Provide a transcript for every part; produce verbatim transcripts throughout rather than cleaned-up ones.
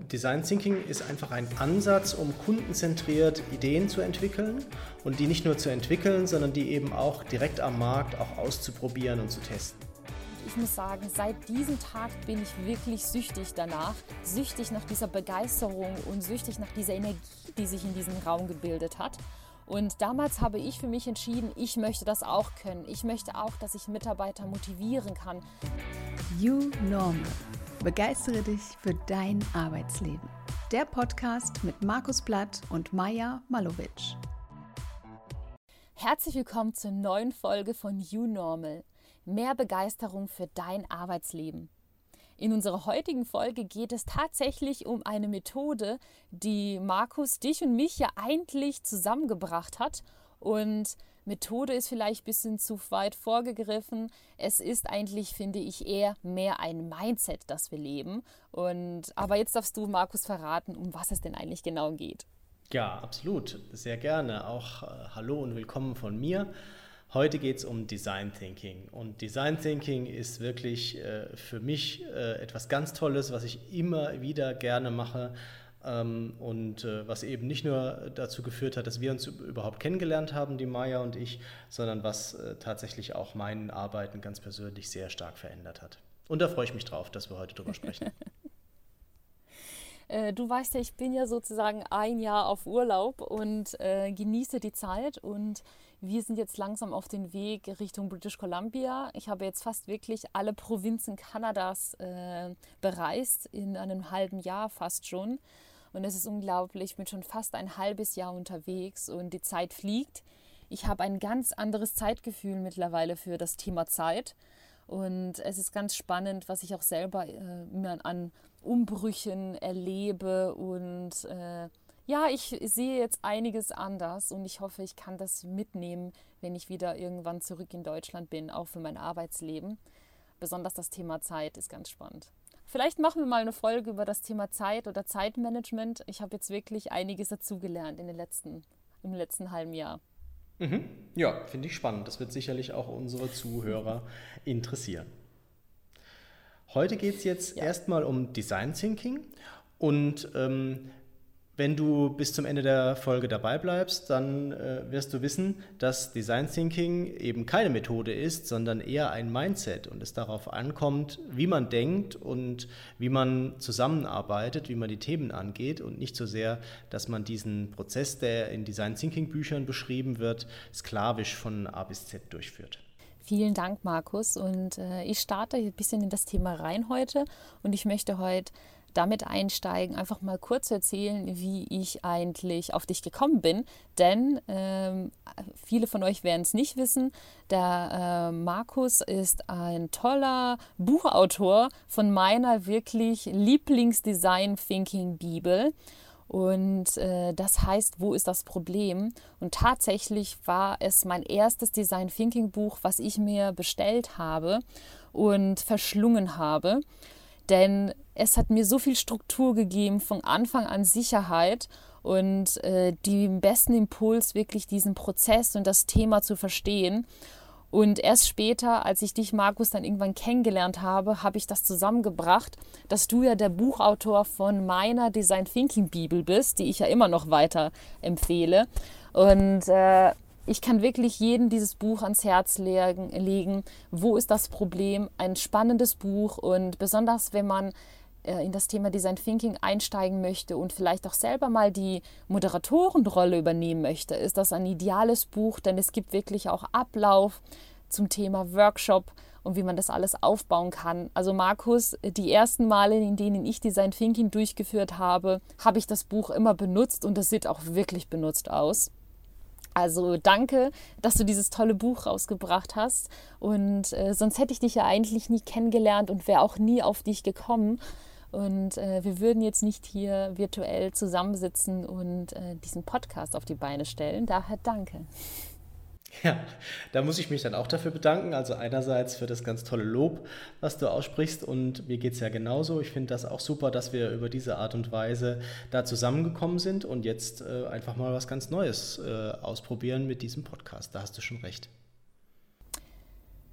Design Thinking ist einfach ein Ansatz, um kundenzentriert Ideen zu entwickeln und die nicht nur zu entwickeln, sondern die eben auch direkt am Markt auch auszuprobieren und zu testen. Ich muss sagen, seit diesem Tag bin ich wirklich süchtig danach, süchtig nach dieser Begeisterung und süchtig nach dieser Energie, die sich in diesem Raum gebildet hat. Und damals habe ich für mich entschieden, ich möchte das auch können. Ich möchte auch, dass ich Mitarbeiter motivieren kann. You Normal. Begeistere dich für dein Arbeitsleben. Der Podcast mit Markus Blatt und Maja Malowitsch. Herzlich willkommen zur neuen Folge von You Normal. Mehr Begeisterung für dein Arbeitsleben. In unserer heutigen Folge geht es tatsächlich um eine Methode, die Markus, dich und mich ja eigentlich zusammengebracht hat. Und Methode ist vielleicht ein bisschen zu weit vorgegriffen. Es ist eigentlich, finde ich, eher mehr ein Mindset, das wir leben. Und, aber jetzt darfst du, Markus, verraten, um was es denn eigentlich genau geht. Ja, absolut. Sehr gerne. Auch äh, hallo und willkommen von mir. Heute geht es um Design Thinking und Design Thinking ist wirklich äh, für mich äh, etwas ganz Tolles, was ich immer wieder gerne mache ähm, und äh, was eben nicht nur dazu geführt hat, dass wir uns überhaupt kennengelernt haben, die Maja und ich, sondern was äh, tatsächlich auch mein Arbeiten ganz persönlich sehr stark verändert hat. Und da freue ich mich drauf, dass wir heute drüber sprechen. Du weißt ja, ich bin ja sozusagen ein Jahr auf Urlaub und äh, genieße die Zeit und wir sind jetzt langsam auf dem Weg Richtung British Columbia. Ich habe jetzt fast wirklich alle Provinzen Kanadas äh, bereist, in einem halben Jahr fast schon. Und es ist unglaublich, ich bin schon fast ein halbes Jahr unterwegs und die Zeit fliegt. Ich habe ein ganz anderes Zeitgefühl mittlerweile für das Thema Zeit. Und es ist ganz spannend, was ich auch selber äh, immer an Umbrüchen erlebe und äh, ja, ich sehe jetzt einiges anders und ich hoffe, ich kann das mitnehmen, wenn ich wieder irgendwann zurück in Deutschland bin, auch für mein Arbeitsleben. Besonders das Thema Zeit ist ganz spannend. Vielleicht machen wir mal eine Folge über das Thema Zeit oder Zeitmanagement. Ich habe jetzt wirklich einiges dazugelernt in den letzten, im letzten halben Jahr. Mhm. Ja, finde ich spannend. Das wird sicherlich auch unsere Zuhörer interessieren. Heute geht es jetzt ja. erstmal um Design Thinking und ähm, wenn du bis zum Ende der Folge dabei bleibst, dann äh, wirst du wissen, dass Design Thinking eben keine Methode ist, sondern eher ein Mindset und es darauf ankommt, wie man denkt und wie man zusammenarbeitet, wie man die Themen angeht und nicht so sehr, dass man diesen Prozess, der in Design Thinking Büchern beschrieben wird, sklavisch von A bis Z durchführt. Vielen Dank, Markus. Und äh, ich starte ein bisschen in das Thema rein heute und ich möchte heute damit einsteigen, einfach mal kurz erzählen, wie ich eigentlich auf dich gekommen bin. Denn ähm, viele von euch werden es nicht wissen, der äh, Markus ist ein toller Buchautor von meiner wirklich Lieblings-Design-Thinking-Bibel. Und äh, das heißt, wo ist das Problem? Und tatsächlich war es mein erstes Design Thinking Buch, was ich mir bestellt habe und verschlungen habe. Denn es hat mir so viel Struktur gegeben, von Anfang an Sicherheit und äh, den besten Impuls, wirklich diesen Prozess und das Thema zu verstehen. Und erst später, als ich dich, Markus, dann irgendwann kennengelernt habe, habe ich das zusammengebracht, dass du ja der Buchautor von meiner Design Thinking Bibel bist, die ich ja immer noch weiter empfehle. Und äh, ich kann wirklich jedem dieses Buch ans Herz legen, legen. Wo ist das Problem? Ein spannendes Buch und besonders, wenn man in das Thema Design Thinking einsteigen möchte und vielleicht auch selber mal die Moderatorenrolle übernehmen möchte, ist das ein ideales Buch, denn es gibt wirklich auch Ablauf zum Thema Workshop und wie man das alles aufbauen kann. Also Markus, die ersten Male, in denen ich Design Thinking durchgeführt habe, habe ich das Buch immer benutzt und das sieht auch wirklich benutzt aus. Also danke, dass du dieses tolle Buch rausgebracht hast und äh, sonst hätte ich dich ja eigentlich nie kennengelernt und wäre auch nie auf dich gekommen. Und äh, wir würden jetzt nicht hier virtuell zusammensitzen und äh, diesen Podcast auf die Beine stellen. Daher danke. Ja, da muss ich mich dann auch dafür bedanken. Also einerseits für das ganz tolle Lob, was du aussprichst und mir geht es ja genauso. Ich finde das auch super, dass wir über diese Art und Weise da zusammengekommen sind und jetzt äh, einfach mal was ganz Neues äh, ausprobieren mit diesem Podcast. Da hast du schon recht.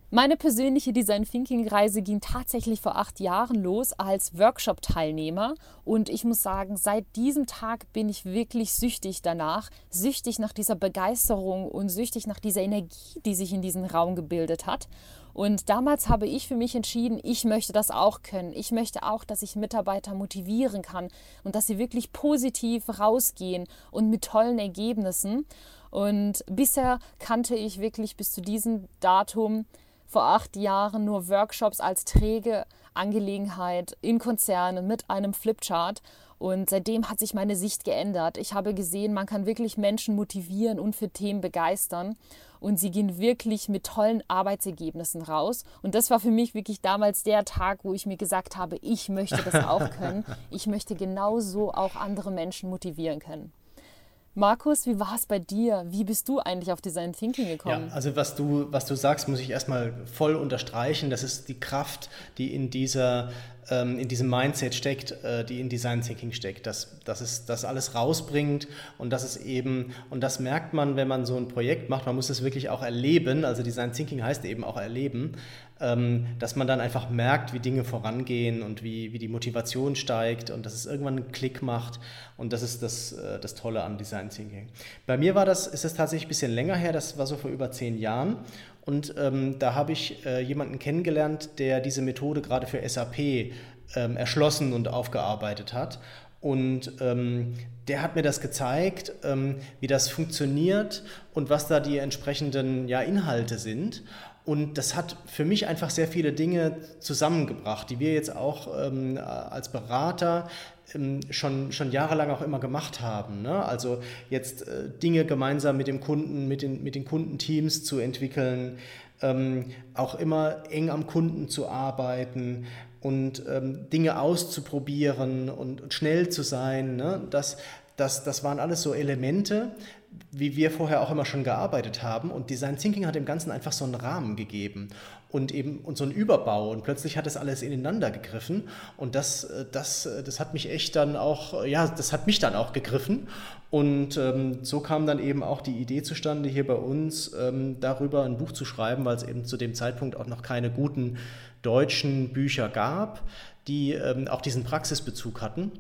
Meine persönliche Design Thinking Reise ging tatsächlich vor acht Jahren los als Workshop-Teilnehmer und ich muss sagen, seit diesem Tag bin ich wirklich süchtig danach, süchtig nach dieser Begeisterung und süchtig nach dieser Energie, die sich in diesem Raum gebildet hat. Und damals habe ich für mich entschieden, ich möchte das auch können. Ich möchte auch, dass ich Mitarbeiter motivieren kann und dass sie wirklich positiv rausgehen und mit tollen Ergebnissen. Und bisher kannte ich wirklich bis zu diesem Datum vor acht Jahren nur Workshops als träge Angelegenheit in Konzernen mit einem Flipchart. Und seitdem hat sich meine Sicht geändert. Ich habe gesehen, man kann wirklich Menschen motivieren und für Themen begeistern. Und sie gehen wirklich mit tollen Arbeitsergebnissen raus. Und das war für mich wirklich damals der Tag, wo ich mir gesagt habe, ich möchte das auch können. Ich möchte genauso auch andere Menschen motivieren können. Markus, wie war es bei dir? Wie bist du eigentlich auf Design Thinking gekommen? Ja, also was du, was du sagst, muss ich erstmal voll unterstreichen. Das ist die Kraft, die in dieser ähm, in diesem Mindset steckt, äh, die in Design Thinking steckt, dass, dass es das alles rausbringt und dass es eben, und das merkt man, wenn man so ein Projekt macht, man muss es wirklich auch erleben, also Design Thinking heißt eben auch erleben, ähm, dass man dann einfach merkt, wie Dinge vorangehen und wie, wie die Motivation steigt und dass es irgendwann einen Klick macht und das ist das, äh, das Tolle an Design Thinking. Bei mir war das, ist es tatsächlich ein bisschen länger her, das war so vor über zehn Jahren. Und ähm, da habe ich äh, jemanden kennengelernt, der diese Methode gerade für S A P ähm, erschlossen und aufgearbeitet hat. Und ähm, der hat mir das gezeigt, ähm, wie das funktioniert und was da die entsprechenden ja, Inhalte sind. Und das hat für mich einfach sehr viele Dinge zusammengebracht, die wir jetzt auch ähm, als Berater ähm, schon, schon jahrelang auch immer gemacht haben. Ne? Also jetzt äh, Dinge gemeinsam mit dem Kunden, mit den, mit den Kundenteams zu entwickeln, ähm, auch immer eng am Kunden zu arbeiten und ähm, Dinge auszuprobieren und, und schnell zu sein. Ne? Das, das, das waren alles so Elemente, wie wir vorher auch immer schon gearbeitet haben. Und Design Thinking hat dem Ganzen einfach so einen Rahmen gegeben und eben und so einen Überbau. Und plötzlich hat das alles ineinander gegriffen. Und das, das, das hat mich echt dann auch, ja, das hat mich dann auch gegriffen. Und ähm, so kam dann eben auch die Idee zustande, hier bei uns ähm, darüber ein Buch zu schreiben, weil es eben zu dem Zeitpunkt auch noch keine guten deutschen Bücher gab, die ähm, auch diesen Praxisbezug hatten.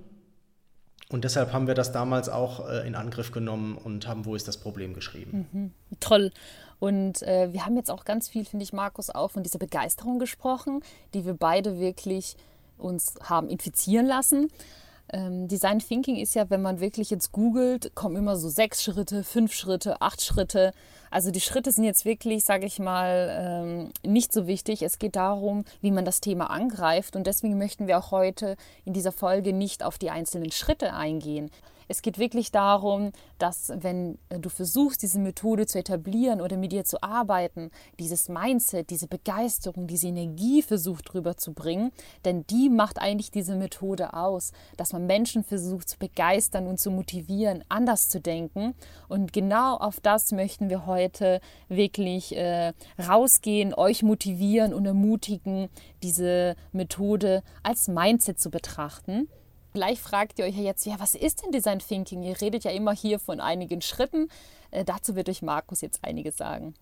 Und deshalb haben wir das damals auch äh, in Angriff genommen und haben Wo ist das Problem geschrieben. Mhm. Toll. Und äh, wir haben jetzt auch ganz viel, finde ich, Markus, auch von dieser Begeisterung gesprochen, die wir beide wirklich uns haben infizieren lassen. Ähm, Design Thinking ist ja, wenn man wirklich jetzt googelt, kommen immer so sechs Schritte, fünf Schritte, acht Schritte. Also die Schritte sind jetzt wirklich, sage ich mal, ähm, nicht so wichtig. Es geht darum, wie man das Thema angreift. Und deswegen möchten wir auch heute in dieser Folge nicht auf die einzelnen Schritte eingehen. Es geht wirklich darum, dass wenn du versuchst, diese Methode zu etablieren oder mit ihr zu arbeiten, dieses Mindset, diese Begeisterung, diese Energie versucht rüberzubringen, denn die macht eigentlich diese Methode aus, dass man Menschen versucht zu begeistern und zu motivieren, anders zu denken. Und genau auf das möchten wir heute wirklich äh, rausgehen, euch motivieren und ermutigen, diese Methode als Mindset zu betrachten. Vielleicht fragt ihr euch ja jetzt, ja, was ist denn Design Thinking? Ihr redet ja immer hier von einigen Schritten. Äh, dazu wird euch Markus jetzt einiges sagen.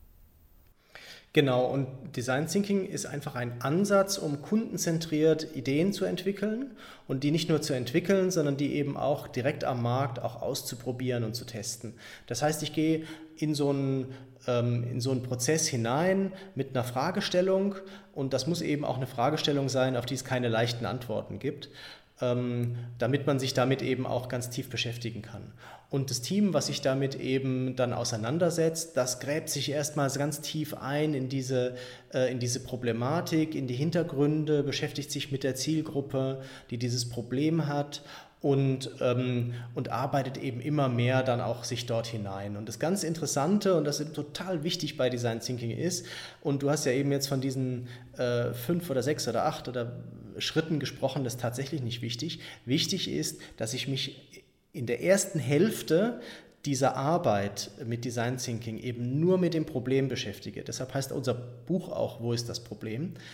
Genau, und Design Thinking ist einfach ein Ansatz, um kundenzentriert Ideen zu entwickeln und die nicht nur zu entwickeln, sondern die eben auch direkt am Markt auch auszuprobieren und zu testen. Das heißt, ich gehe in so einen, ähm, in so einen Prozess hinein mit einer Fragestellung und das muss eben auch eine Fragestellung sein, auf die es keine leichten Antworten gibt, ähm, damit man sich damit eben auch ganz tief beschäftigen kann. Und das Team, was sich damit eben dann auseinandersetzt, das gräbt sich erstmal ganz tief ein in diese, äh, in diese Problematik, in die Hintergründe, beschäftigt sich mit der Zielgruppe, die dieses Problem hat und, ähm, und arbeitet eben immer mehr dann auch sich dort hinein. Und das ganz Interessante und das ist total wichtig bei Design Thinking ist, und du hast ja eben jetzt von diesen äh, fünf oder sechs oder acht oder Schritten gesprochen, das ist tatsächlich nicht wichtig. Wichtig ist, dass ich mich in der ersten Hälfte dieser Arbeit mit Design Thinking eben nur mit dem Problem beschäftige. Deshalb heißt unser Buch auch, Wo ist das Problem?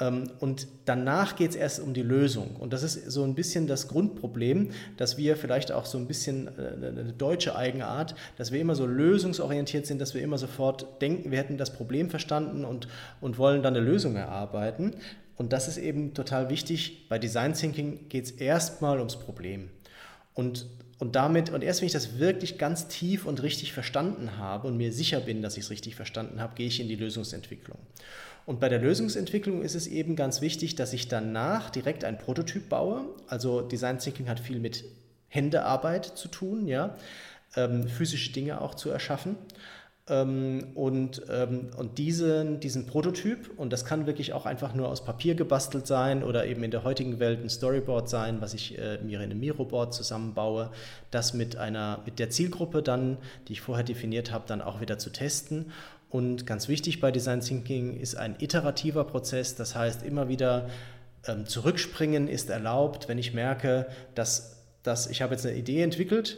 Und danach geht es erst um die Lösung. Und das ist so ein bisschen das Grundproblem, dass wir vielleicht auch so ein bisschen eine deutsche Eigenart, dass wir immer so lösungsorientiert sind, dass wir immer sofort denken, wir hätten das Problem verstanden und, und wollen dann eine Lösung erarbeiten. Und das ist eben total wichtig. Bei Design Thinking geht es erstmal ums Problem. Und, und damit, und erst wenn ich das wirklich ganz tief und richtig verstanden habe und mir sicher bin, dass ich es richtig verstanden habe, gehe ich in die Lösungsentwicklung. Und bei der Lösungsentwicklung ist es eben ganz wichtig, dass ich danach direkt einen Prototyp baue. Also Design Thinking hat viel mit Händearbeit zu tun, ja, ähm, physische Dinge auch zu erschaffen. Ähm, und ähm, und diesen, diesen Prototyp, und das kann wirklich auch einfach nur aus Papier gebastelt sein oder eben in der heutigen Welt ein Storyboard sein, was ich äh, mir in einem Miroboard zusammenbaue, das mit einer mit der Zielgruppe dann, die ich vorher definiert habe, dann auch wieder zu testen. Und ganz wichtig bei Design Thinking ist ein iterativer Prozess, das heißt immer wieder ähm, zurückspringen ist erlaubt, wenn ich merke, dass, dass ich habe jetzt eine Idee entwickelt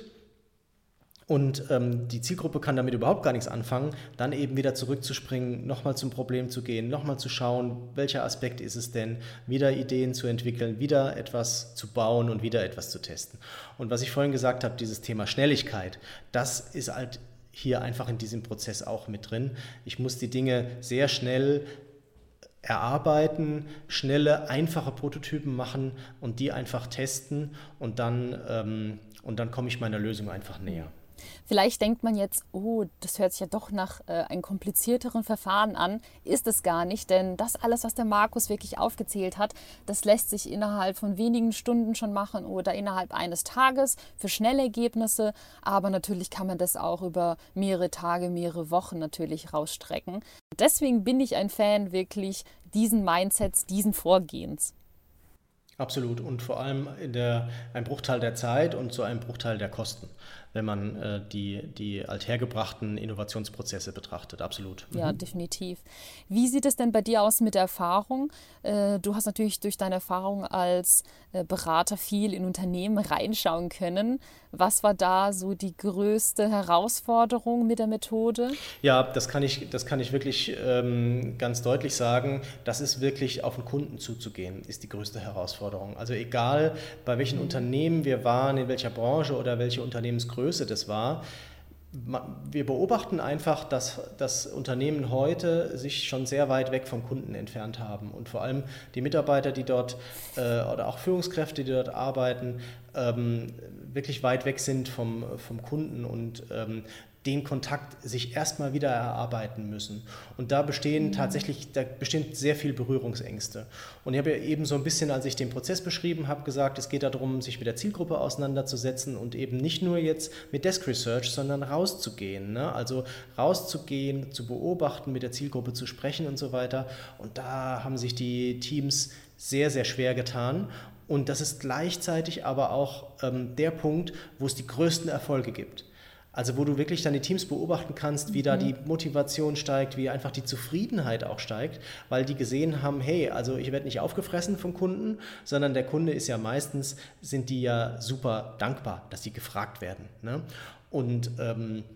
und ähm, die Zielgruppe kann damit überhaupt gar nichts anfangen, dann eben wieder zurückzuspringen, nochmal zum Problem zu gehen, nochmal zu schauen, welcher Aspekt ist es denn, wieder Ideen zu entwickeln, wieder etwas zu bauen und wieder etwas zu testen. Und was ich vorhin gesagt habe, dieses Thema Schnelligkeit, das ist halt hier einfach in diesem Prozess auch mit drin. Ich muss die Dinge sehr schnell erarbeiten, schnelle, einfache Prototypen machen und die einfach testen und dann, ähm, und dann komme ich meiner Lösung einfach näher. Vielleicht denkt man jetzt, oh, das hört sich ja doch nach äh, einem komplizierteren Verfahren an. Ist es gar nicht, denn das alles, was der Markus wirklich aufgezählt hat, das lässt sich innerhalb von wenigen Stunden schon machen oder innerhalb eines Tages für schnelle Ergebnisse. Aber natürlich kann man das auch über mehrere Tage, mehrere Wochen natürlich rausstrecken. Deswegen bin ich ein Fan wirklich diesen Mindsets, diesen Vorgehens. Absolut, und vor allem in der, ein Bruchteil der Zeit und zu einem Bruchteil der Kosten, wenn man äh, die, die althergebrachten Innovationsprozesse betrachtet, absolut. Ja, mhm. definitiv. Wie sieht es denn bei dir aus mit der Erfahrung? Äh, du hast natürlich durch deine Erfahrung als äh, Berater viel in Unternehmen reinschauen können. Was war da so die größte Herausforderung mit der Methode? Ja, das kann ich, das kann ich wirklich ähm, ganz deutlich sagen. Das ist wirklich auf den Kunden zuzugehen, ist die größte Herausforderung. Also egal, bei welchen mhm. Unternehmen wir waren, in welcher Branche oder welche Unternehmensgröße das war, wir beobachten einfach, dass das Unternehmen heute sich schon sehr weit weg vom Kunden entfernt haben und vor allem die Mitarbeiter, die dort äh, oder auch Führungskräfte, die dort arbeiten, ähm, wirklich weit weg sind vom, vom Kunden und ähm, den Kontakt sich erstmal wieder erarbeiten müssen. Und da bestehen tatsächlich, da bestehen sehr viele Berührungsängste. Und ich habe ja eben so ein bisschen, als ich den Prozess beschrieben habe, gesagt, es geht darum, sich mit der Zielgruppe auseinanderzusetzen und eben nicht nur jetzt mit Desk Research, sondern rauszugehen. Ne? Also rauszugehen, zu beobachten, mit der Zielgruppe zu sprechen und so weiter. Und da haben sich die Teams sehr, sehr schwer getan. Und das ist gleichzeitig aber auch ähm, der Punkt, wo es die größten Erfolge gibt. Also wo du wirklich dann die Teams beobachten kannst, wie mhm. da die Motivation steigt, wie einfach die Zufriedenheit auch steigt, weil die gesehen haben, hey, also ich werde nicht aufgefressen vom Kunden, sondern der Kunde ist ja meistens, sind die ja super dankbar, dass sie gefragt werden. Ne? Und ähm,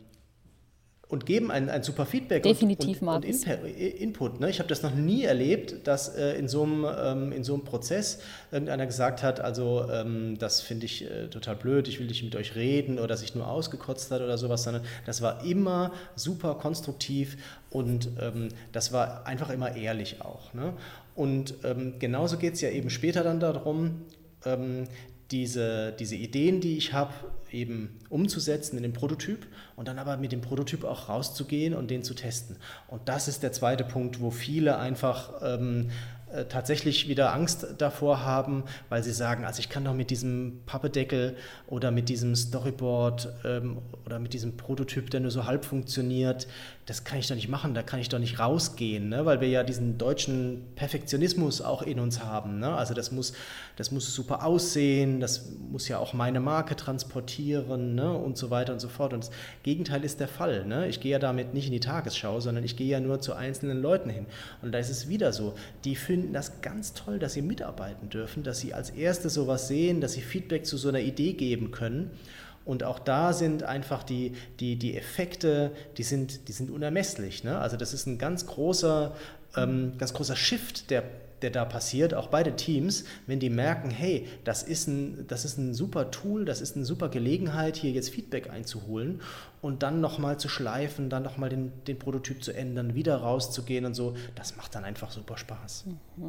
und geben ein, ein super Feedback Definitiv, und, und, und Input. Input ne? Ich habe das noch nie erlebt, dass äh, in, so einem, ähm, in so einem Prozess irgendeiner gesagt hat, also ähm, das finde ich äh, total blöd, ich will nicht mit euch reden oder sich nur ausgekotzt hat oder sowas, sondern das war immer super konstruktiv und ähm, das war einfach immer ehrlich auch. Ne? Und ähm, genauso geht es ja eben später dann darum, ähm, Diese, diese Ideen, die ich habe, eben umzusetzen in den Prototyp und dann aber mit dem Prototyp auch rauszugehen und den zu testen. Und das ist der zweite Punkt, wo viele einfach ähm, äh, tatsächlich wieder Angst davor haben, weil sie sagen, also ich kann doch mit diesem Pappedeckel oder mit diesem Storyboard ähm, oder mit diesem Prototyp, der nur so halb funktioniert, das kann ich doch nicht machen, da kann ich doch nicht rausgehen, ne? Weil wir ja diesen deutschen Perfektionismus auch in uns haben. Ne? Also das muss, das muss super aussehen, das muss ja auch meine Marke transportieren, ne? Und so weiter und so fort. Und das Gegenteil ist der Fall. Ne? Ich gehe ja damit nicht in die Tagesschau, sondern ich gehe ja nur zu einzelnen Leuten hin. Und da ist es wieder so, die finden das ganz toll, dass sie mitarbeiten dürfen, dass sie als Erste sowas sehen, dass sie Feedback zu so einer Idee geben können. Und auch da sind einfach die, die, die Effekte, die sind, die sind unermesslich. Ne? Also das ist ein ganz großer, ähm, ganz großer Shift, der der da passiert, auch beide Teams, wenn die merken, hey, das ist ein, das ist ein super Tool, das ist eine super Gelegenheit, hier jetzt Feedback einzuholen und dann nochmal zu schleifen, dann nochmal den, den Prototyp zu ändern, wieder rauszugehen und so, das macht dann einfach super Spaß.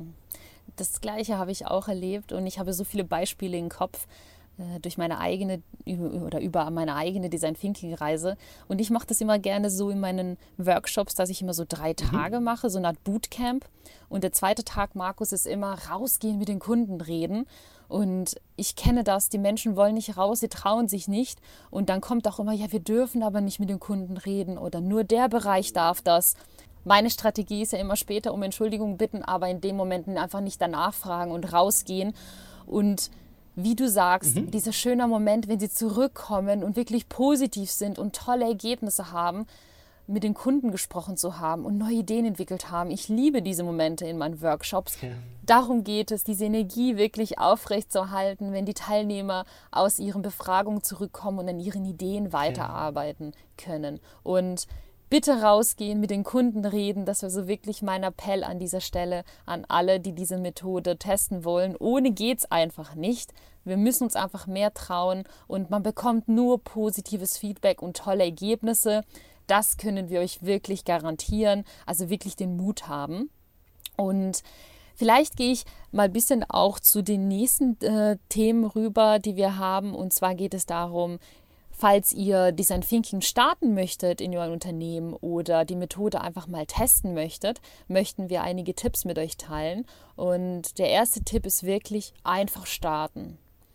Das Gleiche habe ich auch erlebt und ich habe so viele Beispiele im Kopf, durch meine eigene oder über meine eigene Design Thinking Reise. Und ich mache das immer gerne so in meinen Workshops, dass ich immer so drei Tage mache, so eine Art Bootcamp. Und der zweite Tag, Markus, ist immer rausgehen, mit den Kunden reden. Und ich kenne das, die Menschen wollen nicht raus, sie trauen sich nicht. Und dann kommt auch immer, ja, wir dürfen aber nicht mit den Kunden reden oder nur der Bereich darf das. Meine Strategie ist ja immer später um Entschuldigung bitten, aber in dem Moment einfach nicht danach fragen und rausgehen. Und wie du sagst, mhm. dieser schöne Moment, wenn sie zurückkommen und wirklich positiv sind und tolle Ergebnisse haben, mit den Kunden gesprochen zu haben und neue Ideen entwickelt haben. Ich liebe diese Momente in meinen Workshops. Ja. Darum geht es, diese Energie wirklich aufrechtzuerhalten, wenn die Teilnehmer aus ihren Befragungen zurückkommen und an ihren Ideen weiterarbeiten ja. können. Und bitte rausgehen, mit den Kunden reden. Das war so wirklich mein Appell an dieser Stelle an alle, die diese Methode testen wollen. Ohne geht's einfach nicht. Wir müssen uns einfach mehr trauen und man bekommt nur positives Feedback und tolle Ergebnisse. Das können wir euch wirklich garantieren. Also wirklich den Mut haben. Und vielleicht gehe ich mal ein bisschen auch zu den nächsten äh, Themen rüber, die wir haben. Und zwar geht es darum, falls ihr Design Thinking starten möchtet in eurem Unternehmen oder die Methode einfach mal testen möchtet, möchten wir einige Tipps mit euch teilen. Und der erste Tipp ist wirklich einfach starten.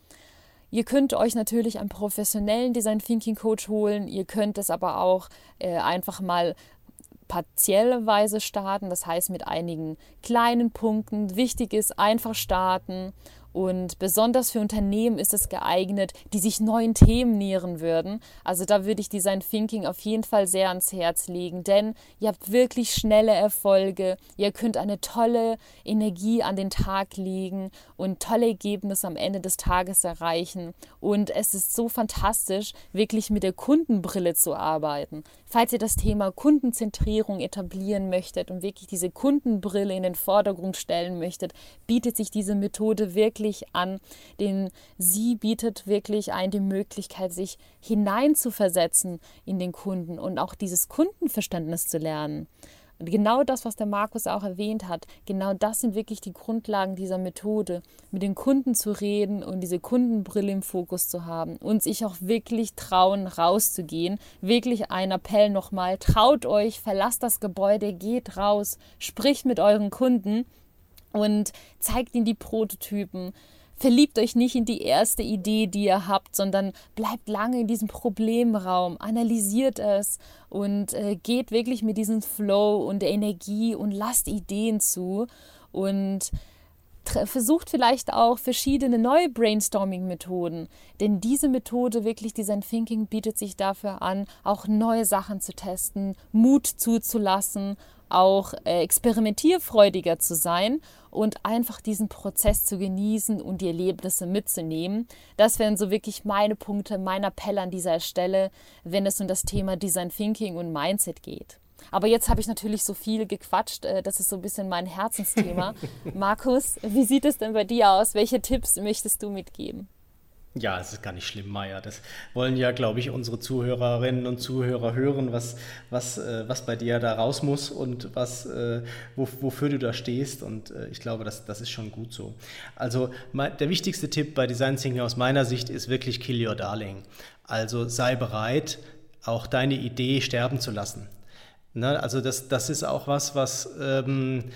Ihr könnt euch natürlich einen professionellen Design Thinking Coach holen, ihr könnt es aber auch äh, einfach mal partiellerweise starten, das heißt mit einigen kleinen Punkten. Wichtig ist, einfach starten. Und besonders für Unternehmen ist es geeignet, die sich neuen Themen nähern würden. Also da würde ich Design Thinking auf jeden Fall sehr ans Herz legen, denn ihr habt wirklich schnelle Erfolge. Ihr könnt eine tolle Energie an den Tag legen und tolle Ergebnisse am Ende des Tages erreichen. Und es ist so fantastisch, wirklich mit der Kundenbrille zu arbeiten. Falls ihr das Thema Kundenzentrierung etablieren möchtet und wirklich diese Kundenbrille in den Vordergrund stellen möchtet, bietet sich diese Methode wirklich an, denn sie bietet wirklich ein die Möglichkeit, sich hineinzuversetzen in den Kunden und auch dieses Kundenverständnis zu lernen. Und genau das, was der Markus auch erwähnt hat, genau das sind wirklich die Grundlagen dieser Methode, mit den Kunden zu reden und diese Kundenbrille im Fokus zu haben und sich auch wirklich trauen, rauszugehen. Wirklich ein Appell nochmal, traut euch, verlasst das Gebäude, geht raus, spricht mit euren Kunden und zeigt ihnen die Prototypen. Verliebt euch nicht in die erste Idee, die ihr habt, sondern bleibt lange in diesem Problemraum, analysiert es und äh, geht wirklich mit diesem Flow und der Energie und lasst Ideen zu und versucht vielleicht auch verschiedene neue Brainstorming-Methoden, denn diese Methode, wirklich Design Thinking, bietet sich dafür an, auch neue Sachen zu testen, Mut zuzulassen, auch äh, experimentierfreudiger zu sein und einfach diesen Prozess zu genießen und die Erlebnisse mitzunehmen. Das wären so wirklich meine Punkte, mein Appell an dieser Stelle, wenn es um das Thema Design Thinking und Mindset geht. Aber jetzt habe ich natürlich so viel gequatscht, das ist so ein bisschen mein Herzensthema. Markus, wie sieht es denn bei dir aus? Welche Tipps möchtest du mitgeben? Ja, es ist gar nicht schlimm, Maja. Das wollen ja, glaube ich, unsere Zuhörerinnen und Zuhörer hören, was, was, äh, was bei dir da raus muss und was, äh, wo, wofür du da stehst. Und äh, ich glaube, das, das ist schon gut so. Also mein, der wichtigste Tipp bei Design Thinking aus meiner Sicht ist wirklich Kill Your Darling. Also sei bereit, auch deine Idee sterben zu lassen. Ne? Also das, das ist auch was, was... Ähm,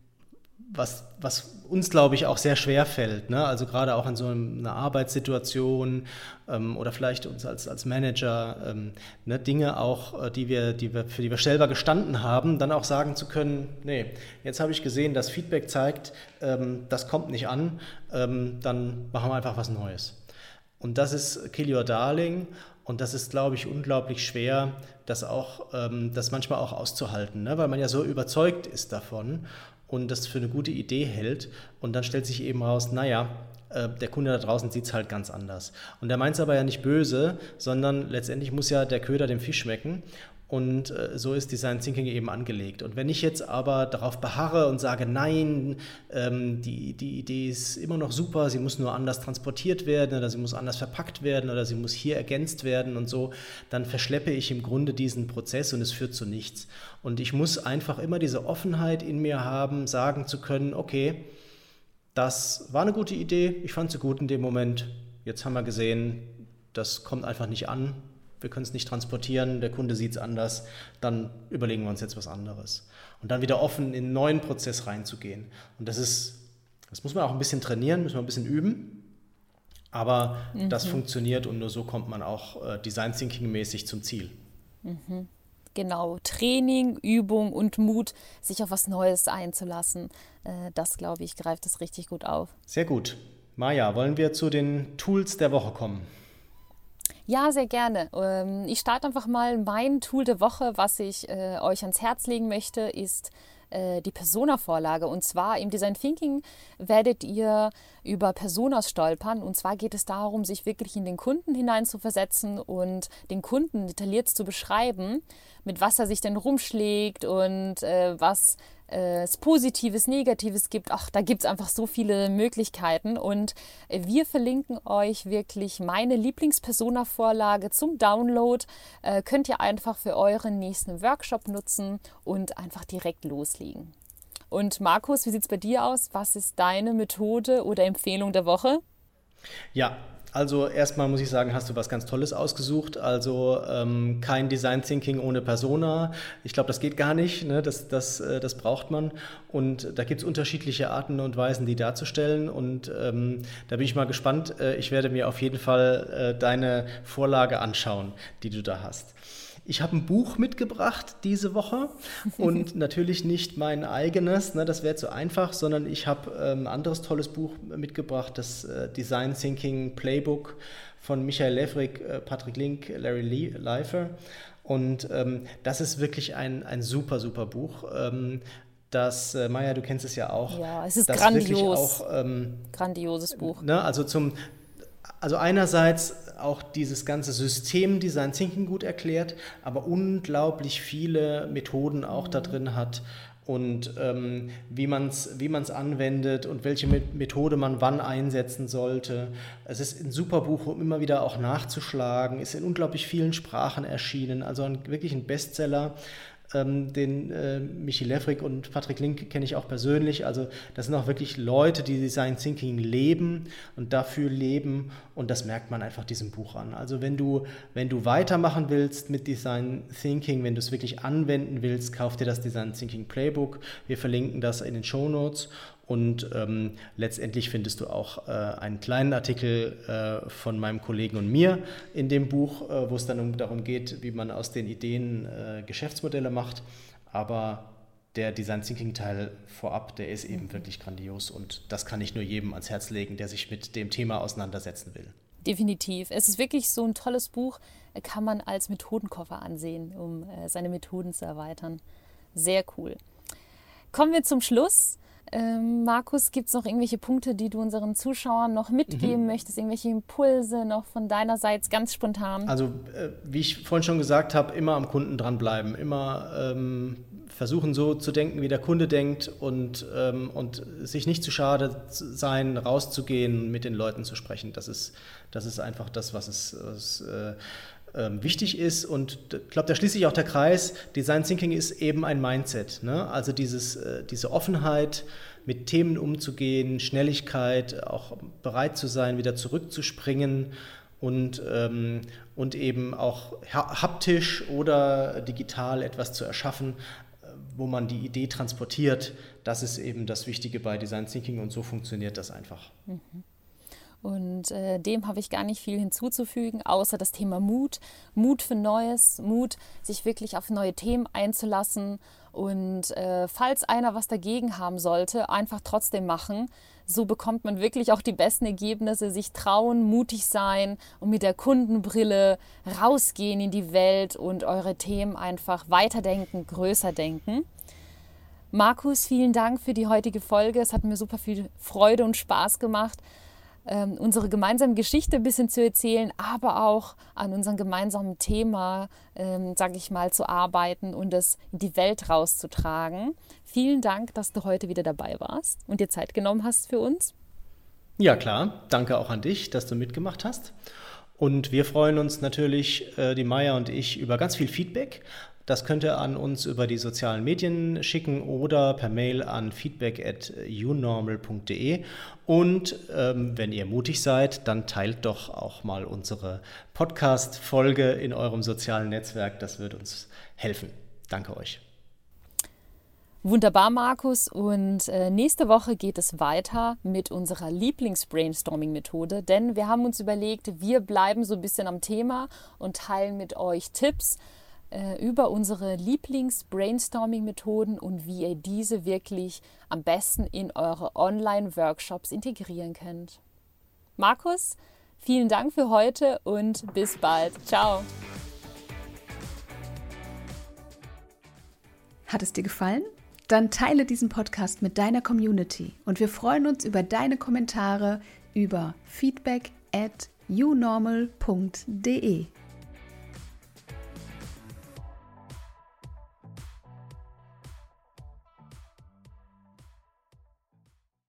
Was, was uns, glaube ich, auch sehr schwer fällt, ne? Also gerade auch in so einer Arbeitssituation ähm, oder vielleicht uns als, als Manager, ähm, ne? Dinge auch, die wir, die wir, für die wir selber gestanden haben, dann auch sagen zu können, nee, jetzt habe ich gesehen, dass Feedback zeigt, ähm, das kommt nicht an, ähm, dann machen wir einfach was Neues. Und das ist Kill Your Darling. Und das ist, glaube ich, unglaublich schwer, das auch, ähm, das manchmal auch auszuhalten, ne? Weil man ja so überzeugt ist davon und das für eine gute Idee hält und dann stellt sich eben raus, naja, äh, der Kunde da draußen sieht es halt ganz anders. Und der meint es aber ja nicht böse, sondern letztendlich muss ja der Köder dem Fisch schmecken Und äh, so ist Design Thinking eben angelegt. Und wenn ich jetzt aber darauf beharre und sage, nein, ähm, die, die Idee ist immer noch super, sie muss nur anders transportiert werden oder sie muss anders verpackt werden oder sie muss hier ergänzt werden und so, dann verschleppe ich im Grunde diesen Prozess und es führt zu nichts. Und ich muss einfach immer diese Offenheit in mir haben, sagen zu können, okay, das war eine gute Idee, ich fand sie gut in dem Moment, jetzt haben wir gesehen, das kommt einfach nicht an. Wir können es nicht transportieren, der Kunde sieht es anders, dann überlegen wir uns jetzt was anderes. Und dann wieder offen in einen neuen Prozess reinzugehen. Und das ist, das muss man auch ein bisschen trainieren, muss man ein bisschen üben, aber mhm. das funktioniert und nur so kommt man auch äh, Design Thinking mäßig zum Ziel. Mhm. Genau, Training, Übung und Mut, sich auf was Neues einzulassen, äh, das, glaube ich, greift es richtig gut auf. Sehr gut. Maja, wollen wir zu den Tools der Woche kommen? Ja, sehr gerne. Ich starte einfach mal. Mein Tool der Woche, was ich äh, euch ans Herz legen möchte, ist äh, die Persona-Vorlage. Und zwar im Design Thinking werdet ihr über Personas stolpern. Und zwar geht es darum, sich wirklich in den Kunden hineinzuversetzen und den Kunden detailliert zu beschreiben, mit was er sich denn rumschlägt und äh, was es Positives, Negatives gibt. Ach, da gibt es einfach so viele Möglichkeiten und wir verlinken euch wirklich meine Lieblingspersona-Vorlage zum Download. Äh, könnt ihr einfach für euren nächsten Workshop nutzen und einfach direkt loslegen. Und Markus, wie sieht es bei dir aus? Was ist deine Methode oder Empfehlung der Woche? Ja, also erstmal muss ich sagen, hast du was ganz Tolles ausgesucht. Also ähm, kein Design Thinking ohne Persona. Ich glaube, das geht gar nicht. Ne? Das, das, äh, das braucht man. Und da gibt es unterschiedliche Arten und Weisen, die darzustellen. Und ähm, da bin ich mal gespannt. Äh, ich werde mir auf jeden Fall äh, deine Vorlage anschauen, die du da hast. Ich habe ein Buch mitgebracht diese Woche und natürlich nicht mein eigenes, ne, das wäre zu einfach, sondern ich habe ähm, ein anderes tolles Buch mitgebracht, das äh, Design Thinking Playbook von Michael Leverick, äh, Patrick Link, Larry Leifer. Und ähm, das ist wirklich ein, ein super, super Buch. Ähm, Das, äh, Maja, du kennst es ja auch. Ja, es ist das grandios. Auch, ähm, Grandioses Buch. Ne, also zum Also einerseits auch dieses ganze System Design Thinking gut erklärt, aber unglaublich viele Methoden auch mhm. da drin hat und ähm, wie man es wie man's anwendet und welche Methode man wann einsetzen sollte. Es ist ein super Buch, um immer wieder auch nachzuschlagen, ist in unglaublich vielen Sprachen erschienen, also ein, wirklich ein Bestseller. Ähm, den äh, Michi Leverick und Patrick Link kenne ich auch persönlich. Also das sind auch wirklich Leute, die Design Thinking leben und dafür leben und das merkt man einfach diesem Buch an. Also wenn du, wenn du weitermachen willst mit Design Thinking, wenn du es wirklich anwenden willst, kauf dir das Design Thinking Playbook. Wir verlinken das in den Shownotes. Und ähm, letztendlich findest du auch äh, einen kleinen Artikel äh, von meinem Kollegen und mir in dem Buch, äh, wo es dann um, darum geht, wie man aus den Ideen äh, Geschäftsmodelle macht. Aber der Design Thinking Teil vorab, der ist eben wirklich grandios und das kann ich nur jedem ans Herz legen, der sich mit dem Thema auseinandersetzen will. Definitiv. Es ist wirklich so ein tolles Buch, kann man als Methodenkoffer ansehen, um äh, seine Methoden zu erweitern. Sehr cool. Kommen wir zum Schluss. Ähm, Markus, gibt es noch irgendwelche Punkte, die du unseren Zuschauern noch mitgeben mhm. möchtest? Irgendwelche Impulse noch von deinerseits ganz spontan? Also äh, wie ich vorhin schon gesagt habe, immer am Kunden dranbleiben, immer ähm, versuchen so zu denken, wie der Kunde denkt und, ähm, und sich nicht zu schade sein, rauszugehen, mit den Leuten zu sprechen. Das ist, das ist einfach das, was es was, äh, ähm, wichtig ist und ich glaube, da schließt sich auch der Kreis. Design Thinking ist eben ein Mindset, ne? Also dieses, äh, diese Offenheit, mit Themen umzugehen, Schnelligkeit, auch bereit zu sein, wieder zurückzuspringen und, ähm, und eben auch haptisch oder digital etwas zu erschaffen, wo man die Idee transportiert. Das ist eben das Wichtige bei Design Thinking und so funktioniert das einfach. Mhm. Und äh, dem habe ich gar nicht viel hinzuzufügen, außer das Thema Mut. Mut für Neues, Mut, sich wirklich auf neue Themen einzulassen. Und äh, falls einer was dagegen haben sollte, einfach trotzdem machen. So bekommt man wirklich auch die besten Ergebnisse, sich trauen, mutig sein und mit der Kundenbrille rausgehen in die Welt und eure Themen einfach weiterdenken, größer denken. Markus, vielen Dank für die heutige Folge. Es hat mir super viel Freude und Spaß gemacht. ähm, unsere gemeinsame Geschichte ein bisschen zu erzählen, aber auch an unserem gemeinsamen Thema, ähm, sage ich mal, zu arbeiten und es in die Welt rauszutragen. Vielen Dank, dass du heute wieder dabei warst und dir Zeit genommen hast für uns. Ja, klar. Danke auch an dich, dass du mitgemacht hast. Und wir freuen uns natürlich, äh, die Maja und ich, über ganz viel Feedback. Das könnt ihr an uns über die sozialen Medien schicken oder per Mail an feedback at unormal punkt de. Und ähm, wenn ihr mutig seid, dann teilt doch auch mal unsere Podcast-Folge in eurem sozialen Netzwerk. Das wird uns helfen. Danke euch. Wunderbar, Markus. Und äh, nächste Woche geht es weiter mit unserer Lieblings-Brainstorming-Methode, denn wir haben uns überlegt, wir bleiben so ein bisschen am Thema und teilen mit euch Tipps äh, über unsere Lieblings-Brainstorming-Methoden und wie ihr diese wirklich am besten in eure Online-Workshops integrieren könnt. Markus, vielen Dank für heute und bis bald. Ciao. Hat es dir gefallen? Dann teile diesen Podcast mit deiner Community und wir freuen uns über deine Kommentare über feedback at unormal punkt de.